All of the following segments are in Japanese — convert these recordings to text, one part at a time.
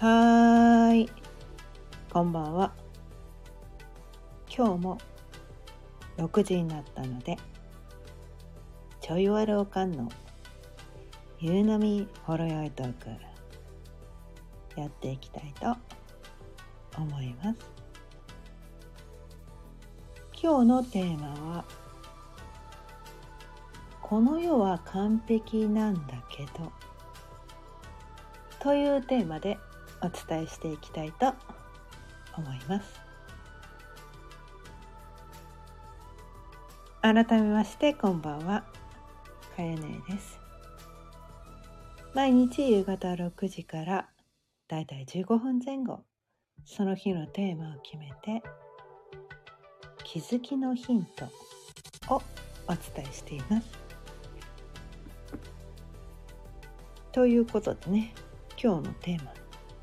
はーい、こんばんは。今日も6時になったので、ちょいわるおかんの夕飲みほろよいトークやっていきたいと思います。今日のテーマは、この世は完璧なんだけどというテーマでお伝えしていきたいと思います。改めましてこんばんは、かやねです。毎日夕方6時からだいたい15分前後、その日のテーマを決めて気づきのヒントをお伝えしています。ということでね、今日のテーマ、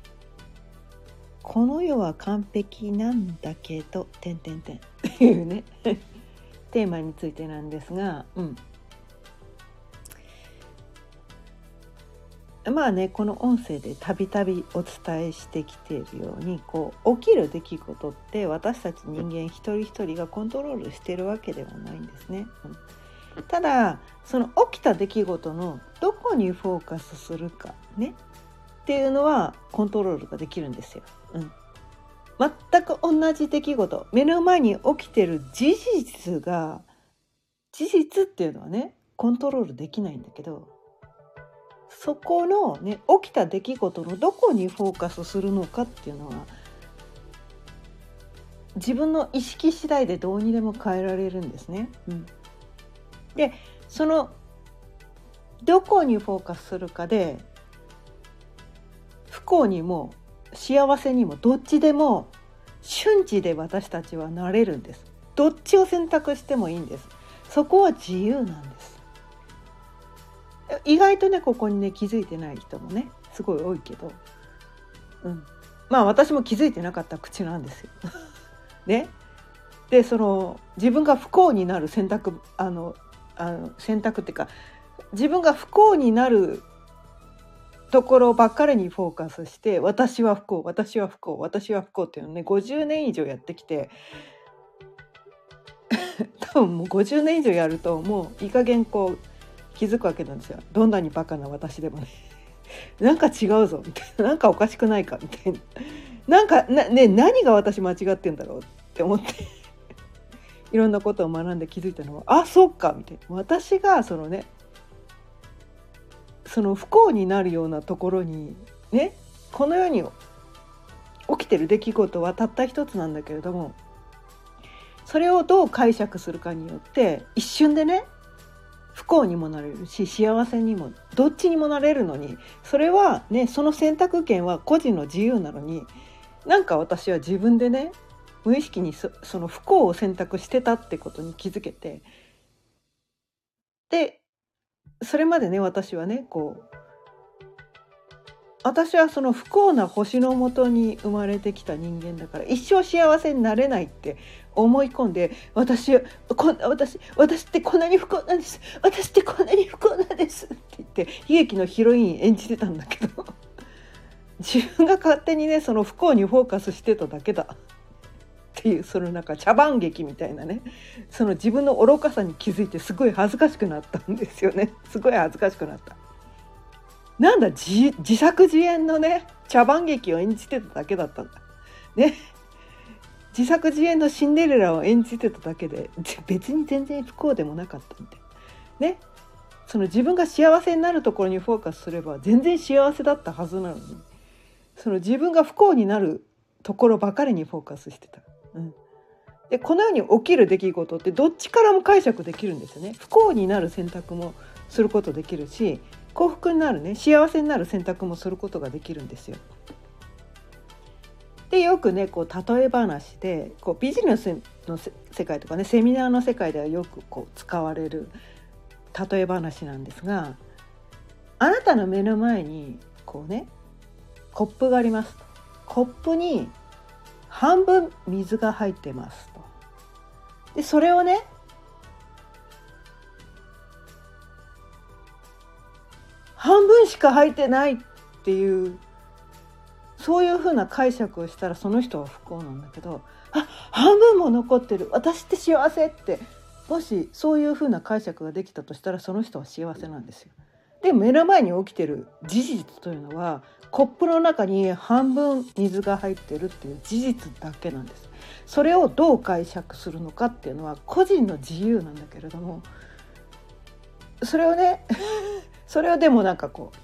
この世は完璧なんだけどっていうねテーマについてなんですが、まあね、この音声でたびたびお伝えしてきているように、起きる出来事って私たち人間一人一人がコントロールしているわけではないんですね。ただその起きた出来事のどこにフォーカスするかねっていうのはコントロールができるんですよ。全く同じ出来事、目の前に起きてる事実っていうのはねコントロールできないんだけど、そこのね起きた出来事のどこにフォーカスするのかっていうのは自分の意識次第でどうにでも変えられるんですね。で、そのどこにフォーカスするかで不幸にも幸せにもどっちでも瞬時で私たちはなれるんです。どっちを選択してもいいんです。そこは自由なんです。意外とねここにね気づいてない人もねすごい多いけど、まあ私も気づいてなかった口なんですよね。で、その自分が不幸になる選択選択っていうか、自分が不幸になるところばっかりにフォーカスして、私は不幸っていうのをね50年以上やってきて多分もう50年以上やるともういい加減気づくわけなんですよ。どんなにバカな私でもねなんか違うぞみたいな、なんかおかしくないかみたいな、何が私間違ってんだろうって思っていろんなことを学んで気づいたのは、あ、そっかみたいな、私がその不幸になるようなところにね、この世に起きてる出来事はたった一つなんだけれども、それをどう解釈するかによって一瞬でね不幸にもなれるし幸せにもどっちにもなれるのに、それはねその選択権は個人の自由なのに、なんか私は自分でね無意識にその不幸を選択してたってことに気づけて、でそれまでね私はその不幸な星のもとに生まれてきた人間だから一生幸せになれないって思い込んで、私ってこんなに不幸なんです、私ってこんなに不幸なんですって言って悲劇のヒロイン演じてたんだけど自分が勝手にねその不幸にフォーカスしてただけだっていう、そのなんか茶番劇みたいなね、その自分の愚かさに気づいてすごい恥ずかしくなったんですよね。すごい恥ずかしくなった。なんだ、自作自演のね茶番劇を演じてただけだったんだね。自作自演のシンデレラを演じてただけで別に全然不幸でもなかったんでね。その自分が幸せになるところにフォーカスすれば全然幸せだったはずなのに、その自分が不幸になるところばかりにフォーカスしてた。でこのように起きる出来事ってどっちからも解釈できるんですよね。不幸になる選択もすることできるし、幸福になるね幸せになる選択もすることができるんですよ。でよくね例え話でビジネスの世界とかねセミナーの世界ではよく使われる例え話なんですが、あなたの目の前にコップがありますと。コップに半分水が入ってますと。でそれをね半分しか入ってないっていうそういうふうな解釈をしたらその人は不幸なんだけど、半分も残ってる、私って幸せって、もしそういうふうな解釈ができたとしたらその人は幸せなんですよ。で目の前に起きてる事実というのは、コップの中に半分水が入ってるっていう事実だけなんです。それをどう解釈するのかっていうのは個人の自由なんだけれども、それをねそれをでもなんかこう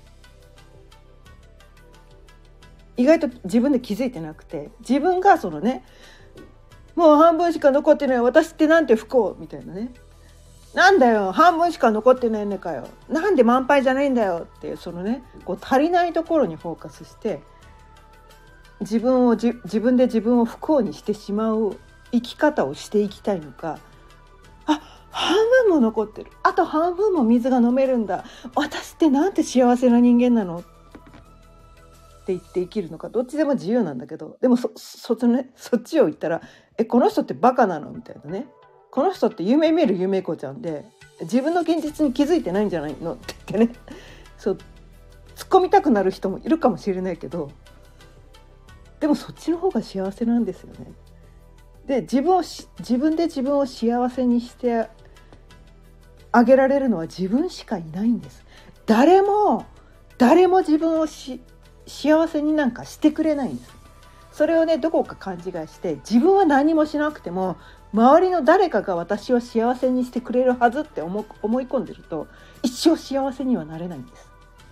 意外と自分で気づいてなくて、自分がそのね、もう半分しか残ってない、私ってなんて不幸みたいなね、なんだよ半分しか残ってないんだかよ、なんで満杯じゃないんだよっていう、そのねこう足りないところにフォーカスして自分で自分を不幸にしてしまう生き方をしていきたいのか、半分も残ってる、あと半分も水が飲めるんだ、私ってなんて幸せな人間なのって言って生きるのか、どっちでも自由なんだけど、でもそっちを言ったらこの人ってバカなのみたいなね、この人って夢見る夢子ちゃんで自分の現実に気づいてないんじゃないのって言ってね、そう突っ込みたくなる人もいるかもしれないけど、でもそっちの方が幸せなんですよね。で自分で自分を幸せにしてあげられるのは自分しかいないんです。誰も自分を幸せになんかしてくれないんです。それをねどこか勘違いして、自分は何もしなくても周りの誰かが私を幸せにしてくれるはずって思い込んでると、一生幸せにはなれないんです。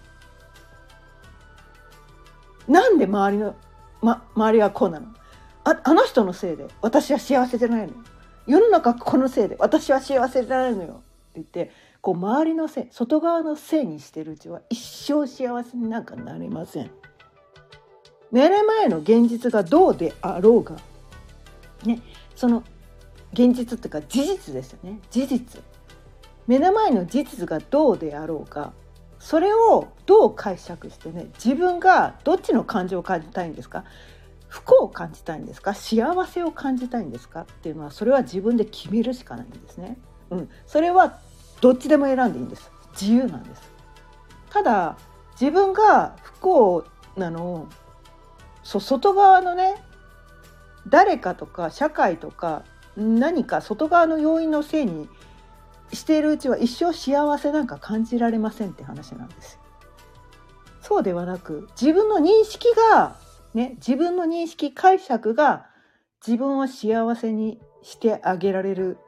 なんで周りはこうなの、あの人のせいで私は幸せじゃないのよ、世の中このせいで私は幸せじゃないのよって言って、こう周りのせい、外側のせいにしてるうちは一生幸せになんかなれません。目の前の現実がどうであろうがね、その現実っていうか事実ですよね。事実、目の前の事実がどうであろうが、それをどう解釈してね、自分がどっちの感情を感じたいんですか、不幸を感じたいんですか、幸せを感じたいんですかっていうのは、それは自分で決めるしかないんですね。それはどっちでも選んでいいんです。自由なんです。ただ自分が不幸なのを外側のね誰かとか社会とか何か外側の要因のせいにしているうちは一生幸せなんか感じられませんって話なんですよ。そうではなく、自分の認識解釈が自分を幸せにしてあげられる、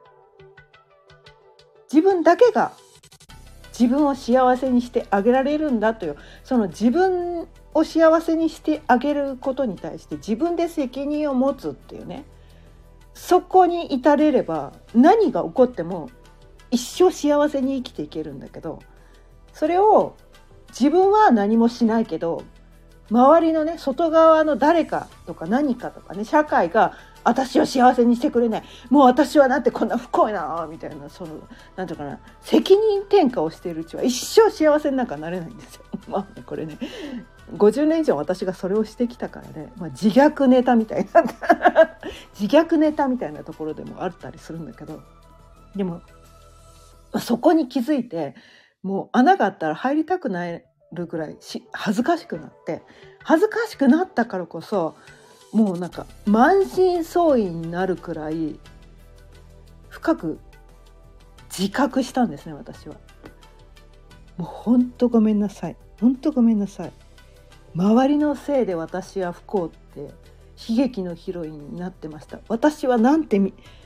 自分だけが自分を幸せにしてあげられるんだという、その自分を幸せにしてあげることに対して自分で責任を持つっていうね、そこに至れれば何が起こっても一生幸せに生きていけるんだけど、それを自分は何もしないけど周りのね外側の誰かとか何かとかね、社会が私を幸せにしてくれない、もう私はなんてこんな不幸なみたいな、そのなんていうかな、責任転嫁をしているうちは一生幸せになんかなれないんですよ。これね50年以上私がそれをしてきたからね、自虐ネタみたいな自虐ネタみたいなところでもあったりするんだけど、でも、そこに気づいて、もう穴があったら入りたくなるぐらい恥ずかしくなったからこそ、もうなんか満身創痍になるくらい深く自覚したんですね、私は。もう本当ごめんなさい、周りのせいで私は不幸って悲劇のヒロインになってました。私はなんて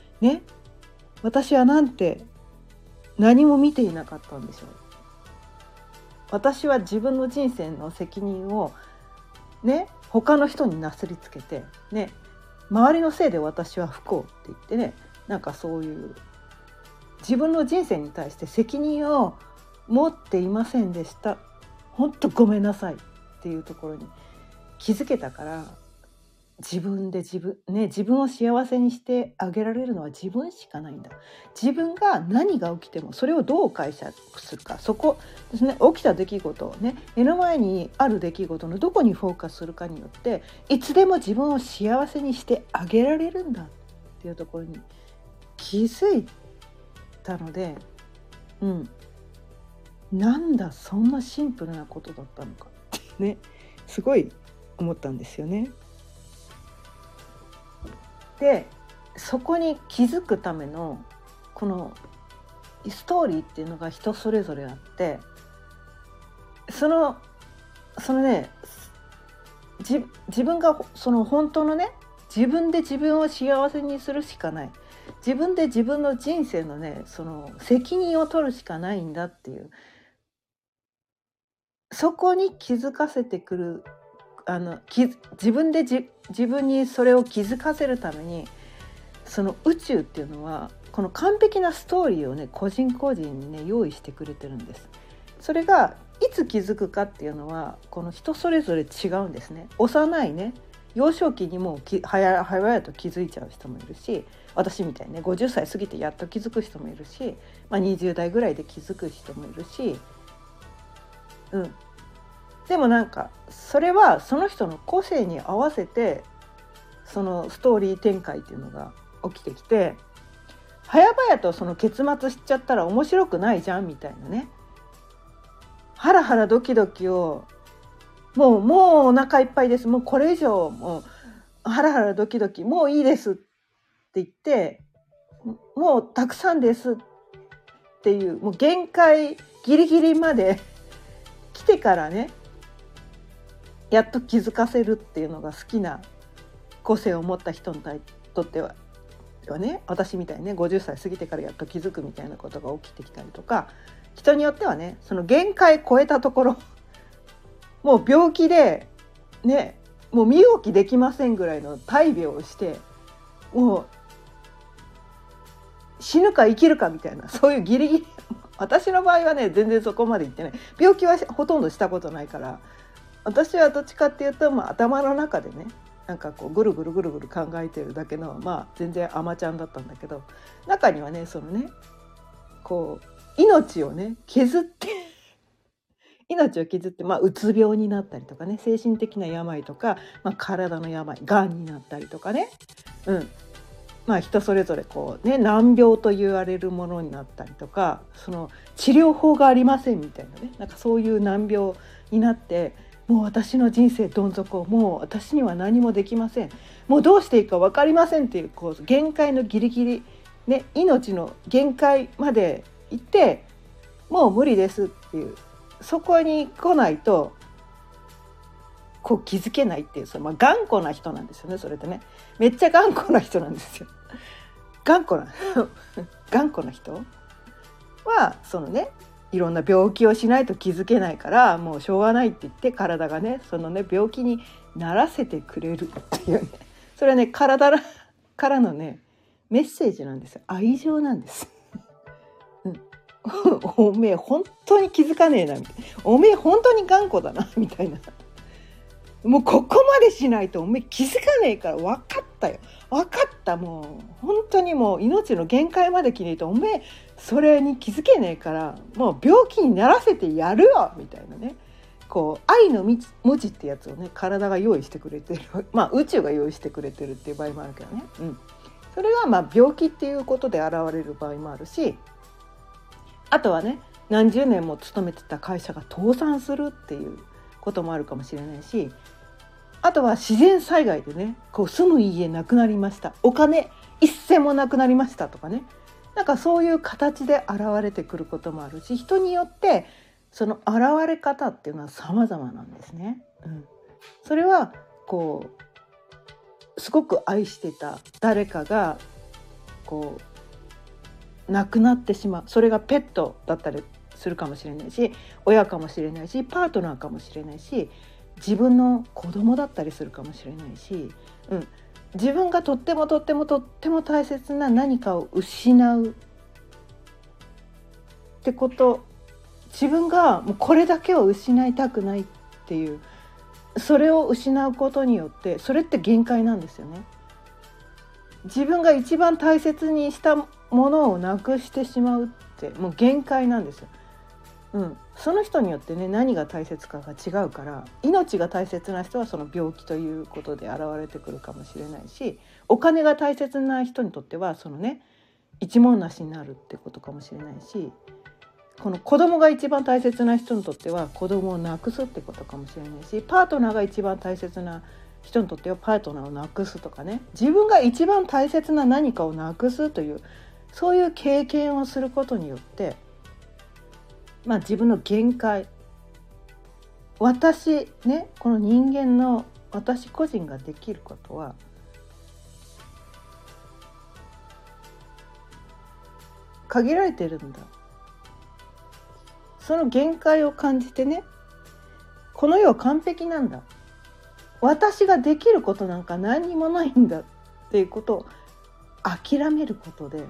何も見ていなかったんでしょう。私は自分の人生の責任をね他の人になすりつけてね、周りのせいで私は不幸って言ってね、なんかそういう自分の人生に対して責任を持っていませんでした、本当ごめんなさいっていうところに気づけたから、自分を幸せにしてあげられるのは自分しかないんだ。自分が何が起きてもそれをどう解釈するか、そこですね。起きた出来事をね、目の前にある出来事のどこにフォーカスするかによっていつでも自分を幸せにしてあげられるんだっていうところに気づいたので、なんだそんなシンプルなことだったのかってね、すごい思ったんですよね。でそこに気づくためのこのストーリーっていうのが人それぞれあって、そのね、自分がその本当のね、自分で自分を幸せにするしかない、自分で自分の人生のね、その責任を取るしかないんだっていう、そこに気づかせてくる、自分で自分にそれを気づかせるために、その宇宙っていうのはこの完璧なストーリーをね、個人個人にね用意してくれてるんです。それがいつ気づくかっていうのはこの人それぞれ違うんですね。幼いね、幼少期にも早々と気づいちゃう人もいるし、私みたいにね50歳過ぎてやっと気づく人もいるし、20代ぐらいで気づく人もいるし、でもなんかそれはその人の個性に合わせてそのストーリー展開っていうのが起きてきて、早々とその結末知っちゃったら面白くないじゃんみたいなね、ハラハラドキドキをもうお腹いっぱいです、もうこれ以上もうハラハラドキドキもういいですって言って、もうたくさんですっていう、もう限界ギリギリまで来てからね、やっと気づかせるっていうのが好きな個性を持った人にとってはね、私みたいにね50歳過ぎてからやっと気づくみたいなことが起きてきたりとか、人によってはねその限界超えたところ、もう病気でね、もう身動きできませんぐらいの大病をして、もう死ぬか生きるかみたいな、そういうギリギリ私の場合はね全然そこまでいってない、病気はほとんどしたことないから、私はどっちかっていうと、頭の中でねなんかこうぐるぐる考えてるだけの、全然甘ちゃんだったんだけど、中にはねそのねこう命をね削ってうつ病になったりとかね、精神的な病とか、体の病、がんになったりとかね、人それぞれこうね難病と言われるものになったりとか、その治療法がありませんみたいなね、なんかそういう難病になって、もう私の人生どん底、もう私には何もできません、もうどうしていいか分かりませんっていう、こう限界のギリギリ、ね、命の限界まで行ってもう無理ですっていう、そこに来ないとこう気づけないっていう、頑固な人なんですよね。それでねめっちゃ頑固な人なんですよ。頑固な頑固な人はそのねいろんな病気をしないと気づけないから、もうしょうがないって言って体がねそのね病気にならせてくれるっていうね、それはね体からのねメッセージなんですよ。愛情なんです。おめえ本当に気づかねえなみたいな、おめえ本当に頑固だなみたいな、もうここまでしないとおめえ気づかねえから分かったよ、分かった、もう本当にもう命の限界まで来ねえとおめえそれに気づけねえから、もう病気にならせてやるよみたいなね、こう愛の文字ってやつをね体が用意してくれてる、宇宙が用意してくれてるっていう場合もあるけどね、それが病気っていうことで現れる場合もあるし、あとはね何十年も勤めてた会社が倒産するっていうこともあるかもしれないし、あとは自然災害でねこう住む家なくなりました、お金一銭もなくなりましたとかね、なんかそういう形で現れてくることもあるし、人によってその現れ方っていうのは様々なんですね。それはこうすごく愛してた誰かがこう亡くなってしまう、それがペットだったりするかもしれないし、親かもしれないし、パートナーかもしれないし、自分の子供だったりするかもしれないし、自分がとっても大切な何かを失うってこと、自分がもうこれだけを失いたくないっていう、それを失うことによってそれって限界なんですよね。自分が一番大切にしたものをなくしてしまうってもう限界なんですよ。その人によってね何が大切かが違うから、命が大切な人はその病気ということで現れてくるかもしれないし、お金が大切な人にとってはそのね一文無しになるってことかもしれないし、 この子供が一番大切な人にとっては子供をなくすってことかもしれないし、パートナーが一番大切な人にとってはパートナーをなくすとかね、自分が一番大切な何かをなくすという、そういう経験をすることによって、自分の限界、私ね、この人間の私個人ができることは限られてるんだ。その限界を感じてね、この世は完璧なんだ、私ができることなんか何にもないんだっていうことを諦めることで、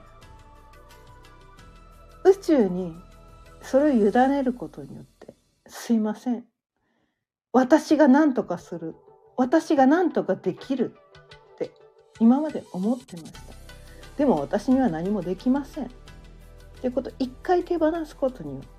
宇宙にそれを委ねることによって、すいません、私が何とかする、私が何とかできるって今まで思ってました。でも私には何もできませんっていうことを一回手放すことによって、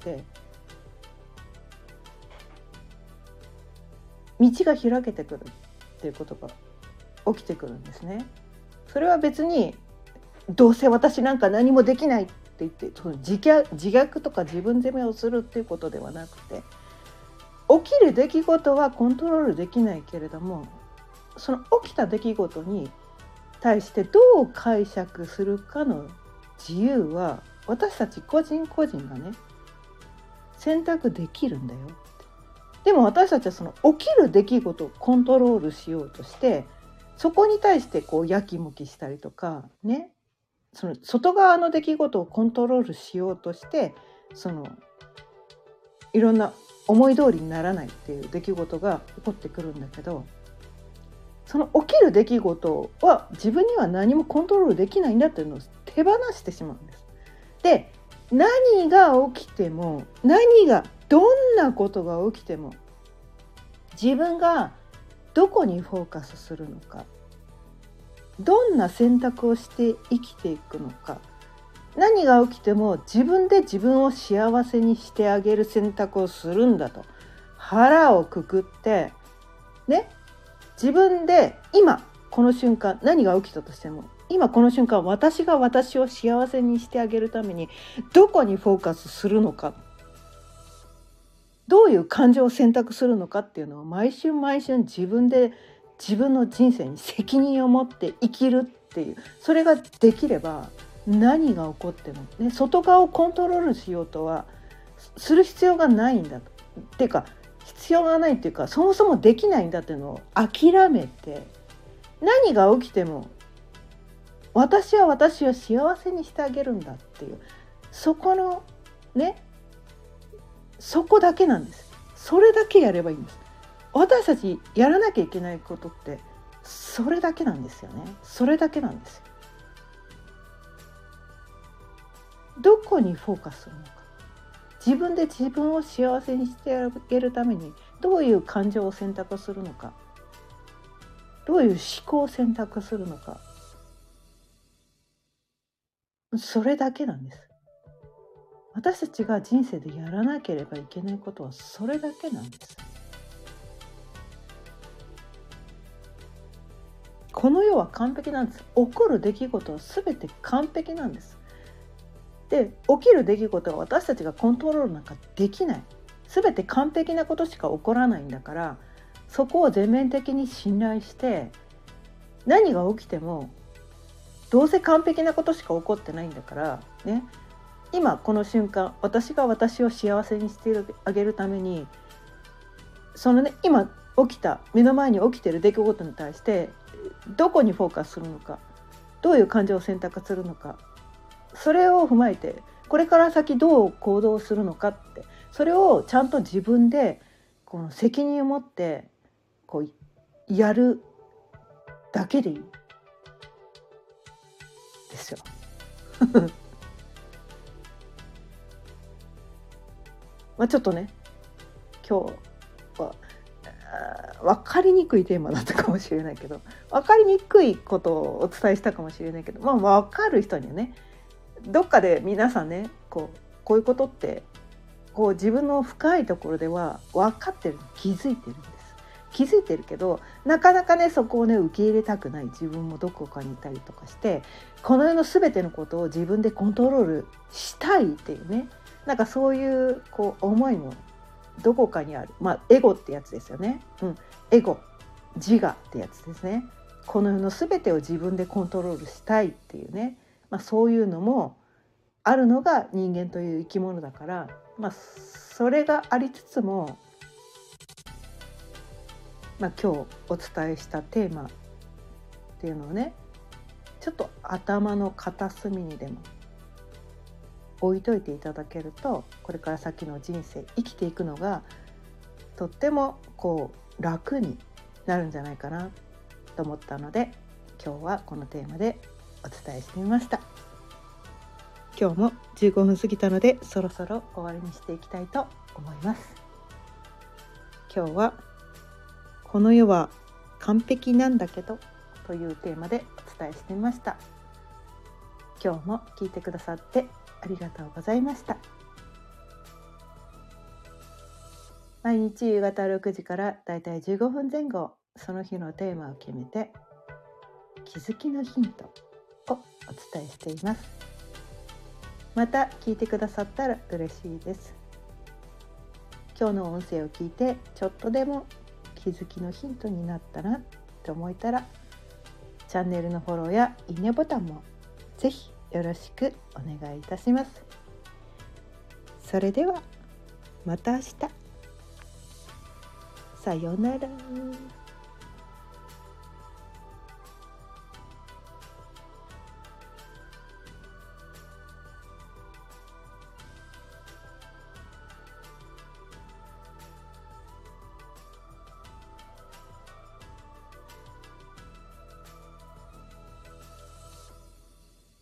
道が開けてくるっていうことが起きてくるんですね。それは別にどうせ私なんか何もできないって言って、その自虐とか自分責めをするっていうことではなくて、起きる出来事はコントロールできないけれども、その起きた出来事に対してどう解釈するかの自由は私たち個人個人がね、選択できるんだよ。でも私たちはその起きる出来事をコントロールしようとして、そこに対してやきもきしたりとかね、その外側の出来事をコントロールしようとして、そのいろんな思い通りにならないっていう出来事が起こってくるんだけど、その起きる出来事は自分には何もコントロールできないんだっていうのを手放してしまうんです。で、何が起きても、どんなことが起きても、自分がどこにフォーカスするのか、どんな選択をして生きていくのか、何が起きても自分で自分を幸せにしてあげる選択をするんだと腹をくくってね、自分で今この瞬間何が起きたとしても、今この瞬間私が私を幸せにしてあげるためにどこにフォーカスするのか、どういう感情を選択するのかっていうのを毎週毎週自分で自分の人生に責任を持って生きるっていう、それができれば何が起こっても、ね、外側をコントロールしようとはする必要がないんだと。っていうか必要がないっていうか、そもそもできないんだっていうのを諦めて、何が起きても私は私を幸せにしてあげるんだっていう、そこのね、そこだけなんです。それだけやればいいんです。私たちやらなきゃいけないことってそれだけなんですよね。それだけなんですよ。どこにフォーカスするのか、自分で自分を幸せにしてあげるためにどういう感情を選択するのか、どういう思考を選択するのか、それだけなんです。私たちが人生でやらなければいけないことはそれだけなんです。この世は完璧なんです。起こる出来事は全て完璧なんです。で、起きる出来事は私たちがコントロールなんかできない。全て完璧なことしか起こらないんだから、そこを全面的に信頼して、何が起きてもどうせ完璧なことしか起こってないんだからね、今この瞬間私が私を幸せにしてあげるために、そのね、今起きた目の前に起きている出来事に対してどこにフォーカスするのか、どういう感情を選択するのか、それを踏まえてこれから先どう行動するのかって、それをちゃんと自分でこの責任を持ってやるだけでいいですよ。ちょっとね、今日は分かりにくいテーマだったかもしれないけど、分かりにくいことをお伝えしたかもしれないけど、分かる人にはね、どっかで皆さんね、こういうことって自分の深いところでは分かってる、気づいてるんです。 気づいてるけど、なかなかねそこをね受け入れたくない自分もどこかにいたりとかして、この世の全てのことを自分でコントロールしたいっていうね、なんかそういう思いもどこかにある。エゴってやつですよね。エゴ、自我ってやつですね。この世の全てを自分でコントロールしたいっていうね、そういうのもあるのが人間という生き物だから、それがありつつも、今日お伝えしたテーマっていうのをね、ちょっと頭の片隅にでも置いといていただけると、これから先の人生生きていくのがとっても楽になるんじゃないかなと思ったので、今日はこのテーマでお伝えしてみました。今日も15分過ぎたので、そろそろ終わりにしていきたいと思います。今日はこの世は完璧なんだけどというテーマでお伝えしてみました。今日も聞いてくださってありがとうございました。毎日夕方6時からだいたい15分前後、その日のテーマを決めて気づきのヒントをお伝えしています。また聞いてくださったら嬉しいです。今日の音声を聞いてちょっとでも気づきのヒントになったなと思えたら、チャンネルのフォローやいいねボタンもぜひよろしくお願いいたします。それではまた明日。さようなら。